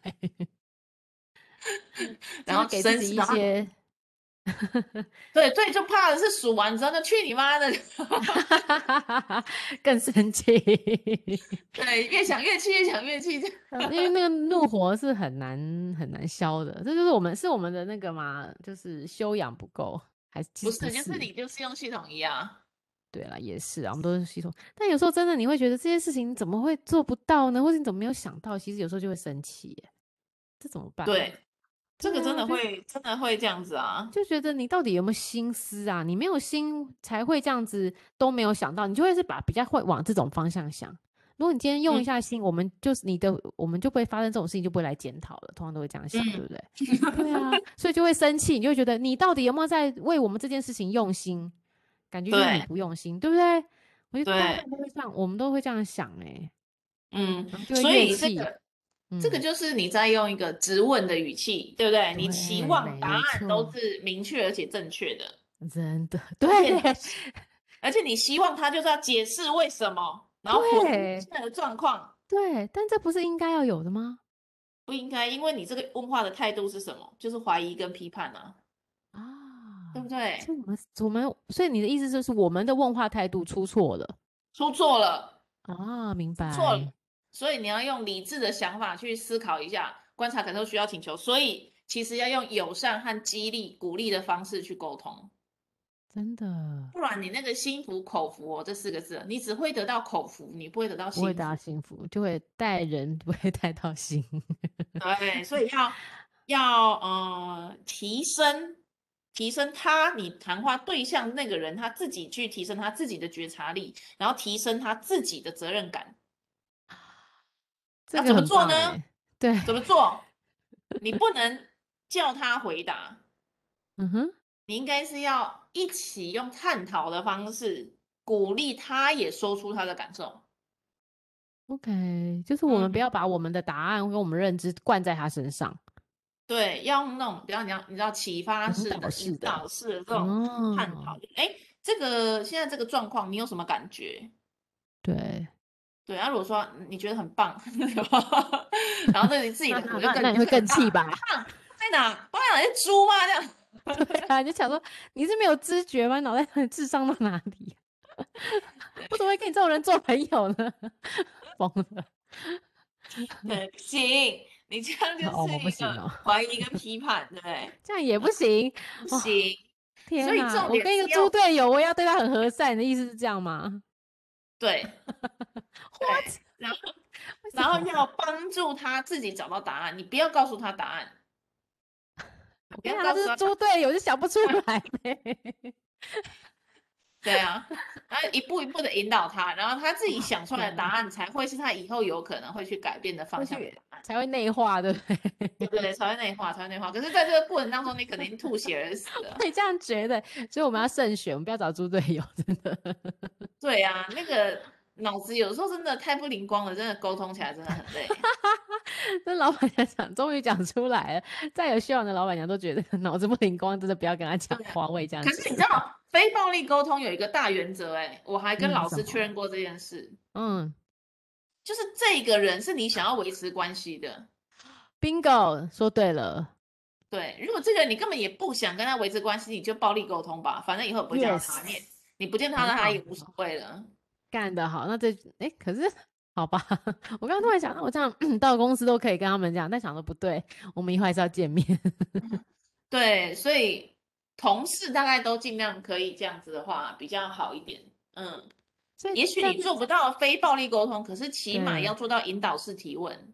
就然是后生气， 给自己一然后些， 对对，就怕的是数完之后就去你妈的， 更生气。 对，越想越气，越想越气， 嗯因为那个怒火是很难很难消的，这就是我们是我们的那个嘛，就是修养不够，还是其不是，就是实不是。 你就是用系统一啊， 对了，也是啊，我们都是系统，但有时候真的你会觉得这些事情你怎么会做不到呢？或者你怎么没有想到？其实有时候就会生气耶，这怎么办啊？ 对，这对啊， 个真的就会真的会这样子啊， 就觉得你到底有没有心思啊？你没有心才会这样子都没有想到，你就会是把比较会往这种方向想。如果你今天用一嗯下心，我们就是你的，我们就不会发生这种事情，就不会来检讨了。通常都会这样想，对嗯， 不对？对啊，所以就会生气，你就会觉得你到底有没有在为我们这件事情用心？感觉就是你对不用心，对不对？我觉得大部对， 分都会这样，我们都会这样想哎、欸嗯， 然后就会所越气。 以这个这个嗯， 就是你在用一个质问的语气，对不对？你期对， 望答案没错， 都是明确而且正确的， 真的， 而且你对而且你希望他就是要解释为什么，然后回应对现在的状况， 对，但这不是应该要有的吗？ 不应该，因为你这个问话的态度是什么？就是怀疑跟批判啊，对不啊， 对？ 所以我们我们，所以你的意思就是我们的问话态度出错了出错了， 啊？明出错了， 白， 所以你要用理智的想法去思考一下，观察感受需要请求，所以其实要用友善和激励、鼓励的方式去沟通。 真的不然你那个心服口服哦，这四个字，你只会得到口服，你不会得到不会得心服。 到幸福，就会带人不会带到心。 对，所以要要呃提升提升他，你谈话对象那个人他自己去提升他自己的觉察力，然后提升他自己的责任感。 这个很要怎么做呢？ 棒哎，对， 怎么做？你不能叫他回答， 嗯哼你应该是要一起用探讨的方式鼓励他也说出他的感受。 ，OK，就是我们不嗯。 要把我们的答案跟我们认知灌在他身上。 对，要用那种比较你要你知道启发引式的、引导式的， 导式的这种探讨。 哦， 哎，这个现在这个状况，你有什么感觉？ 对， 对啊，如果说你觉得很棒，然后那你自己那的火就更那那那你会就很大， 更气吧？ 棒在哪？棒在哪？是猪吗？这样。 对啊，你就想说你是没有知觉吗？脑袋智商到哪里？我怎么会跟你这种人做朋友呢？疯了！ 对，不行，你这样就哦， 是一个不行哦， 怀疑跟批判，对不对？ 这样也不行不哦。 行，所以天哪， 重点我跟一个猪是要队友，我要对他很和善，你的意思是这样吗对对， ？What？ 然后为什么？ 然后要帮助他自己找到答案，你不要告诉他答案，不我跟你讲，他就是要告诉他答案。 猪队友，就想不出来呗。 对啊，然后一步一步的引导他，然后他自己哦， 想出来天哪， 的答案才会是他以后有可能会去改变的方向的会去答案。 才会内化，对不对？ 对不对？才会内化，才会内化。可是，在这个过程当中，你可能吐血而死了。 我也这样觉得，所以我们要慎选，我们不要找猪队友，真的。 对啊，那个脑子有时候真的太不灵光了，真的沟通起来真的很累。 这老板娘讲，终于讲出来了。再有修养的老板娘都觉得脑子不灵光，真的不要跟他讲对啊， 话。我也这样可是你知觉得。 道，非暴力沟通有一个大原则，哎，我还跟嗯， 老师确什么？ 认过这件事， 嗯就是这个人是你想要维持关系的。 ，bingo，说对了。 对，如果这个人你根本也不想跟他维持关系，你就暴力沟通吧，反正以后也不会见到他，你也 Yes， 你不见到很好， 他也无所很好， 谓了。 干得好。那这，哎，可是好吧，我刚刚突然想到，我这样到公司都可以跟他们讲，但想说不对，我们以后还是要见面。 对，所以同事大概都尽量可以这样子的话比较好一点。嗯， 所以也许这样子， 你做不到非暴力沟通，可是起码对要做到引导式提问。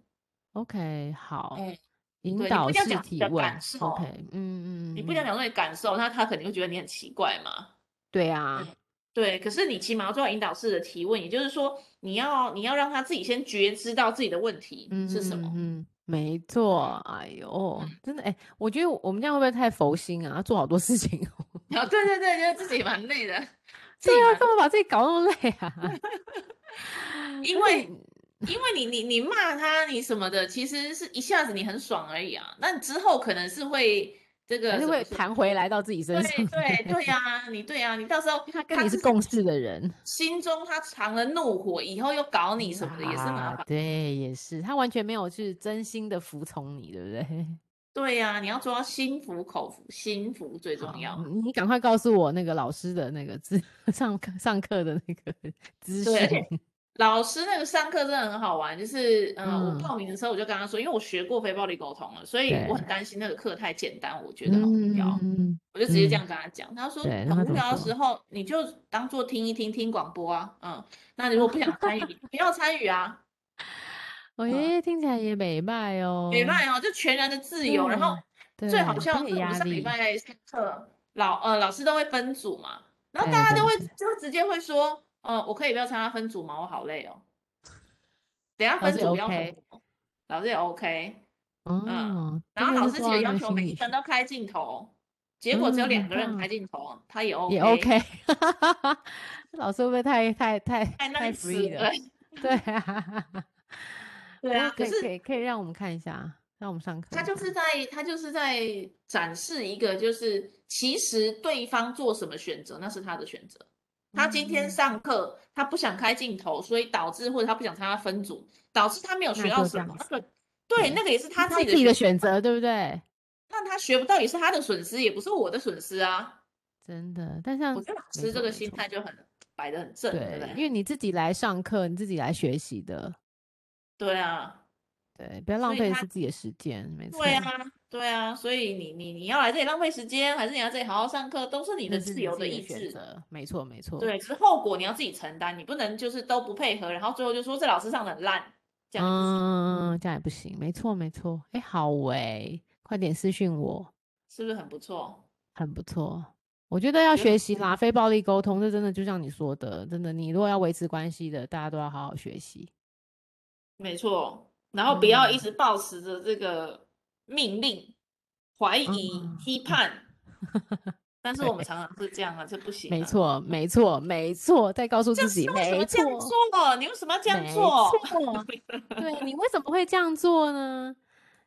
，OK，好， 嗯， 引对，你不一定要导式讲你的感提问，OK， 受， 嗯嗯嗯嗯， 你不一定要讲说你的感受，那他肯定会觉得你很奇怪嘛。 对嗯， 啊， 对，可是你起码要做到引导式的提问，也就是说，你要你要让他自己先觉知到自己的问题嗯是什么。 嗯嗯，没错， 嗯哎呦， 嗯， 真的，哎，我觉得我们这样会不会太佛心啊？做好多事情哦。 然后对对对，觉得自己蛮累的，自对啊， 己蛮干嘛把自己搞那么累啊？ 因而且为因为你你你骂他你什么的，其实是一下子你很爽而已啊，那之后可能是会这还是会个怎么说？ 弹回来到自己身对上，对不对对对？ 呀、你对呀、你到时候因为他跟他自己你是共事的人。 心中他藏了怒火，以后又搞你什么的，也是麻啊， 烦。 对，也是，他完全没有是真心的服从你，对不对？ 对呀、你要做到心服口服，心服最重好， 要。 你你赶快告诉我那个老师的那个资上课上课的那个资对，而讯。 且老师那个上课真的很好玩，就是嗯、呃我嗯， 报名的时候我就跟他说，因为我学过非暴力沟通了，所以我对， 很担心那个课太简单，我觉得很无聊。 嗯嗯我就直接这嗯， 样跟他讲，他说对，那他很无聊的怎么说？ 时候，你就当做听一听听广播啊，嗯，那你如果不啊， 想参与，你不要参与啊， 我嗯， 爷爷听起来也美败哦。 礼拜哦，就全然的自由。然后对最好对，不给笑的是，我们上礼压力。 拜上课，老呃老师都会分组嘛，然后大家都会对对对， 就会直接会说，呃，我可以不要参加分组吗？我好累哦，等一下老师也分组不要回 OK。 我，老师也 OK，嗯， 哦，真的然后老师是做到那个记得要求每心理学。 一个人都开镜头，结果只有嗯， 两个人开很棒， 镜头，他也也 OK， OK。老师会不会太太太太太 nice free 了？ 了。 对啊。 对啊， 不过可以可可是以可以让我们看一下，让我们上课一下。 他就是在他就是在展示一个，就是其实对方做什么选择，那是他的选择。他今天嗯， 上课，他不想开镜头，所以导致或者他不想参加分组，导致他没有学那到什么。 就这样子。 那个对， 对， 那个也是他自是他自己己的选择。 的选择，对不对？ 那他学不到也是他的损失，也不是我的损失啊。 真的，但像我觉得老没师这个心错没错， 态就很摆得很正，对不对，因对？ 为你自己来上课，你自己来学习的， 对啊， 对，不要浪所以他费的是自己的时间，没对啊， 错， 对啊，所以你你你要来这里浪费时间，还是你要这里好好上课，都是你的那是自由的你自己的意志。 选择，没错没错。 对，只是后果你要自己承担，你不能就是都不配合，然后最后就说这老师上的很烂，这样也不行， 嗯，这样也不行，没错没错。哎，好诶，快点私讯我， 是不是很不错？ 很不错。我觉得要就学习啦，非暴力沟通，这真的就像你说的，真的，你如果要维持关系的，大家都要好好学习。 没错，然后不要一嗯， 直抱持着这个命令、怀疑、 嗯， 批判，但是我们对， 常常是这样啊，这不行啊。 没错，没错，没错，再告诉自己， 就是为什么没这样错， 做？你为什么要这样没做？ 错，对你为什么会这样做呢？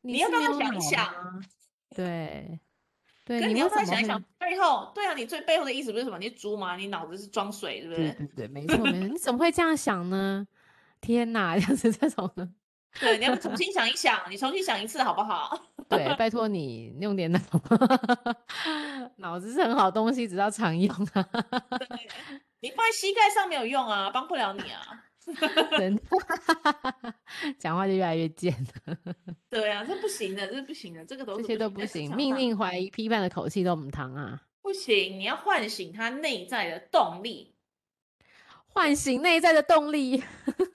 你你要不要再是没有脑想一想？ 吗？对对， 可是你要你为什么会？ 不要想一想背后？对啊，你最背后的意思不是什么？你是猪吗？你脑子是装水，对不对？ 对对对，没错没错，你怎么会这样想呢？天哪，像是这种的， 对，你要不重新想一想，你重新想一次好不好？ 对，拜托你用点脑，脑子是很好东西，只要常用啊， 你放在膝盖上没有用啊，帮不了你啊。 真的，讲话就越来越贱了， 对啊，这不行的，这不行的，这个都这些是不行，在都不行， 职场上命令、怀疑、批判的口气都唔堂啊， 不行。你要唤醒他内在的动力。 唤醒内在的动力，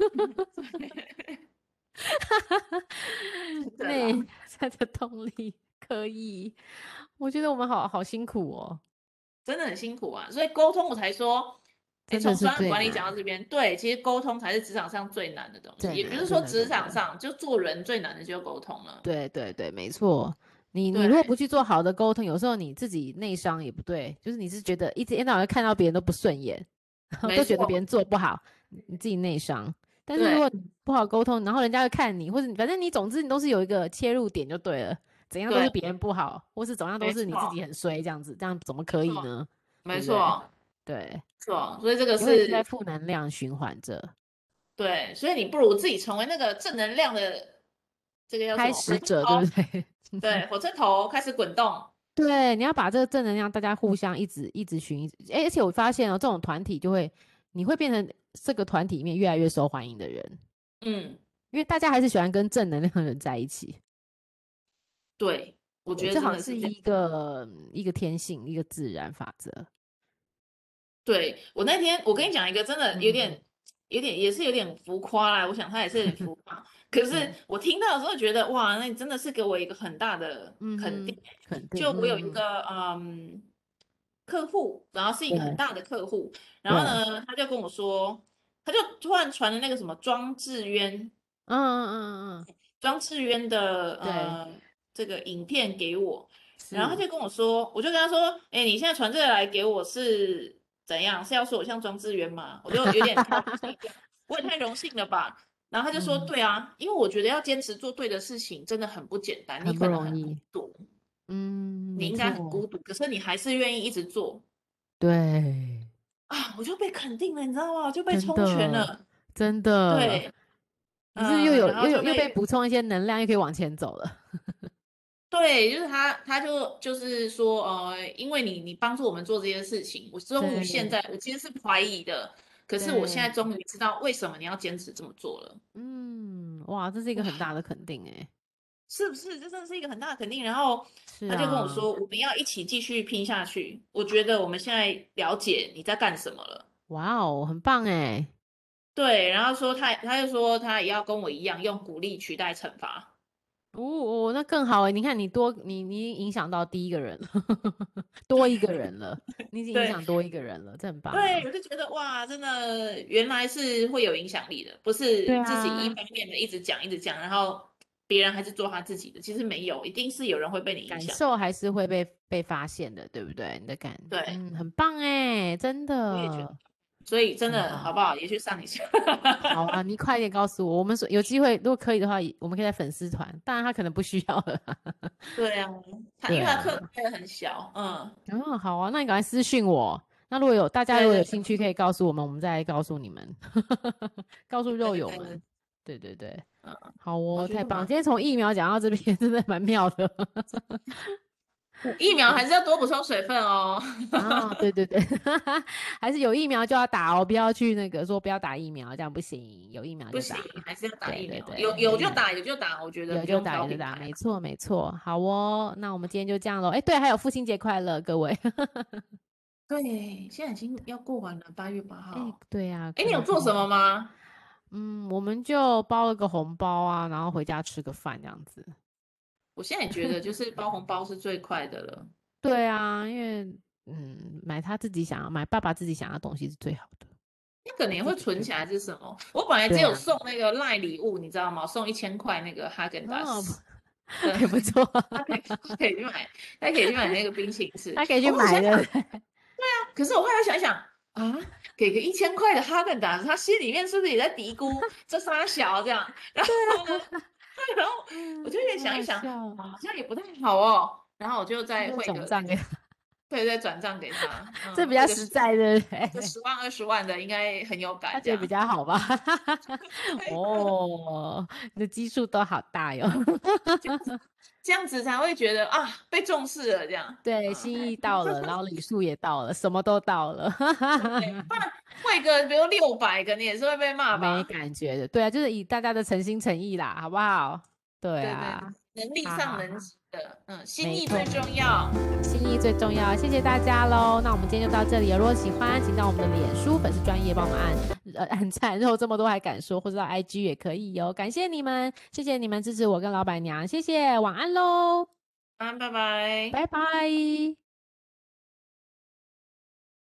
对啦， 内在的动力可以，我觉得我们好好辛苦哦， 真的很辛苦啊。所以沟通，我才说，哎， 真的是从专案管理讲最难到这边，对，其实沟通才是职场上最难的东西。也不最难， 是说职真的真的。 场上就做人最难的就是沟通了。 对对对，没错。你你如果对， 不去做好的沟通，有时候你自己内伤也不对，就是你是觉得一天到晚看到别人都不顺眼，然后没错， 都觉得别人做不好，你你自己内伤。但是如对， 果你不好沟通，然后人家会看你，或者你反正你总之你都是有一个切入点就对了，怎样都是对， 别人不好，或是怎样都没是你自错， 己很衰，这样子，这样怎么可没错， 以呢？对没不对？ 错， 对， 没错。所以这个永远是在是负能量循环着， 对，所以你不如自己成为那个正能量的这个叫什开么火始者，对不车头？ 对？ 对，火车头开始滚动。 对，你要把这个正能量，大家互相一直一直循，诶而且我发现哦，这种团体就会，你会变成这个团体里面越来越受欢迎的人， 嗯， 因为大家还是喜欢跟正能量的人在一起。 对，我对， 觉得这好真的是这样。 像是一个一个天性，一个自然法则。 对，我那天，我跟你讲一个真的有嗯， 点、有点也是有点浮夸啦。我想他也是有点浮夸，可是对， 我听到的时候觉得哇，那你真的是给我一个很大的嗯肯定。 哼，肯定， 就我有一嗯， 个嗯客户，然后是一个很对大的客户，然后对， 呢，他就跟我说，他就突然传了那个什么庄智渊嗯嗯嗯嗯，嗯庄智渊的对， 呃这个影片给我，然后他是， 就跟我说，我就跟他说，哎，你现在传这个来给我是怎样？是要说我像庄智渊吗？我就有点太荣幸，我也太荣幸了吧。然后他就说， 嗯， 对啊，因为我觉得要坚持做对的事情真的很不简单，你很不可能很孤容易， 独， 嗯，没你应该很错， 孤独，可是你还是愿意一直做对， 啊，我就被肯定了，你知道吗？就被真充权的， 了， 真的。 对， 你是又嗯，然后有又有又被就被补充一些能量，又可以往前走了。 对，就是他，他就就是说，呃，因为你你帮助我们做这些事情，我终于现对在我其实是怀疑的，可是我现在对， 终于知道为什么你要坚持这么做了， 嗯，哇，这是一个很大哇， 的肯定哎。 是不是？这真的是一个很大的肯定。然后是他就跟我啊， 说，我们要一起继续拼下去。我觉得我们现在了解你在干什么了。 哇哦，很棒哎。 对，然后说他他就说他也要跟我一样用鼓励取代惩罚。 哦哦，那更好哎。你看，你多你你已经影响到第一个人了，多一个人了，你已经影对， 响多一个人了，这很棒对， 哎。 我就觉得哇，真的原来是会有影响力的，不是对自己一啊， 方面的一直讲一直讲，然后别人还是做他自己的。其实没有，一定是有人会被你影响。 感受还是会被被发现的，对不对？你的感， 对， 嗯，很棒哎，真我也觉得， 的所以真很好。 的好不好？也去上一下。 好啊，你快点告诉我，我们说有机会，如果可以的话，我们可以在粉丝团。当然他可能不需要了。 对啊，他因为他对啊， 课开的很小，嗯， 哦，好啊，那你赶快私讯我。那如果有大家如对对果有兴趣，可以告诉我们，我们再来告诉你们，告诉肉对对对， 友们。对对对， 嗯， 好哦，太棒了！ 我觉得蛮今天从疫苗讲到这边，真的蛮妙的。 疫苗还是要多补充水分哦。 啊，对对对，还是有疫苗就要打哦，不要去那个说不要打疫苗，这样不行。有疫苗不行， 就打。 还是要打疫苗， 对对对， 有有就有疫苗打有就打，我觉得有就不用打有就打， 挑品牌。 没错没错。好哦，那我们今天就这样喽。哎，对，还有父亲节快乐，各位。 对，现在已经要过完了，八月八哎， 号。 对呀， 哎，你有快快。 做什么吗？ 嗯，我们就包了个红包啊，然后回家吃个饭这样子。 我现在也觉得，就是包红包是最快的了。 对啊，因为嗯，买他自己想要买，爸爸自己想要的东西是最好的。 你可能也会我自己觉得。 存起来是什么？我本来只对啊， 有送那个赖礼物，你知道吗？送一千块那个哈根达哦， 斯的， 还不错， 他可以他可以去买，他可以去买那个冰淇淋吃。 他可以去我后来想想， 买的。 可是我后来想一想啊，给个一千块的哈根达斯，他心里面是不是也在嘀咕这仨小这样？然后呢，然后我就也想一想， 好好像也不太好哦。然后我就再就汇个转账给他， 对，再转账给他。嗯， 这比较实在，对不对？ 这十万二十万的应该很有感， 他觉得比这样。 较好吧？ 对， 哦，你的基数都好大哟。 这样子这样子才会觉得啊被重视了，这样。 对， 嗯， 心意到了，然后礼数也到了，什么都到了。 对，不然汇个比如六百个，你也是会被骂没吧？ 感觉的，对啊，就是以大家的诚心诚意啦，好不好？对对对， 啊， 能力好好好， 上能及的，嗯，心没错， 意最重要。 心意最重要，谢谢大家喽。那我们今天就到这里了，如果喜欢，请到我们的脸书粉丝专页帮我们按呃按赞，肉这么多还敢说，或者到 I G 也可以哟、感谢你们，谢谢你们支持我跟老板娘，谢谢，晚安喽， 啊，拜拜。 拜拜。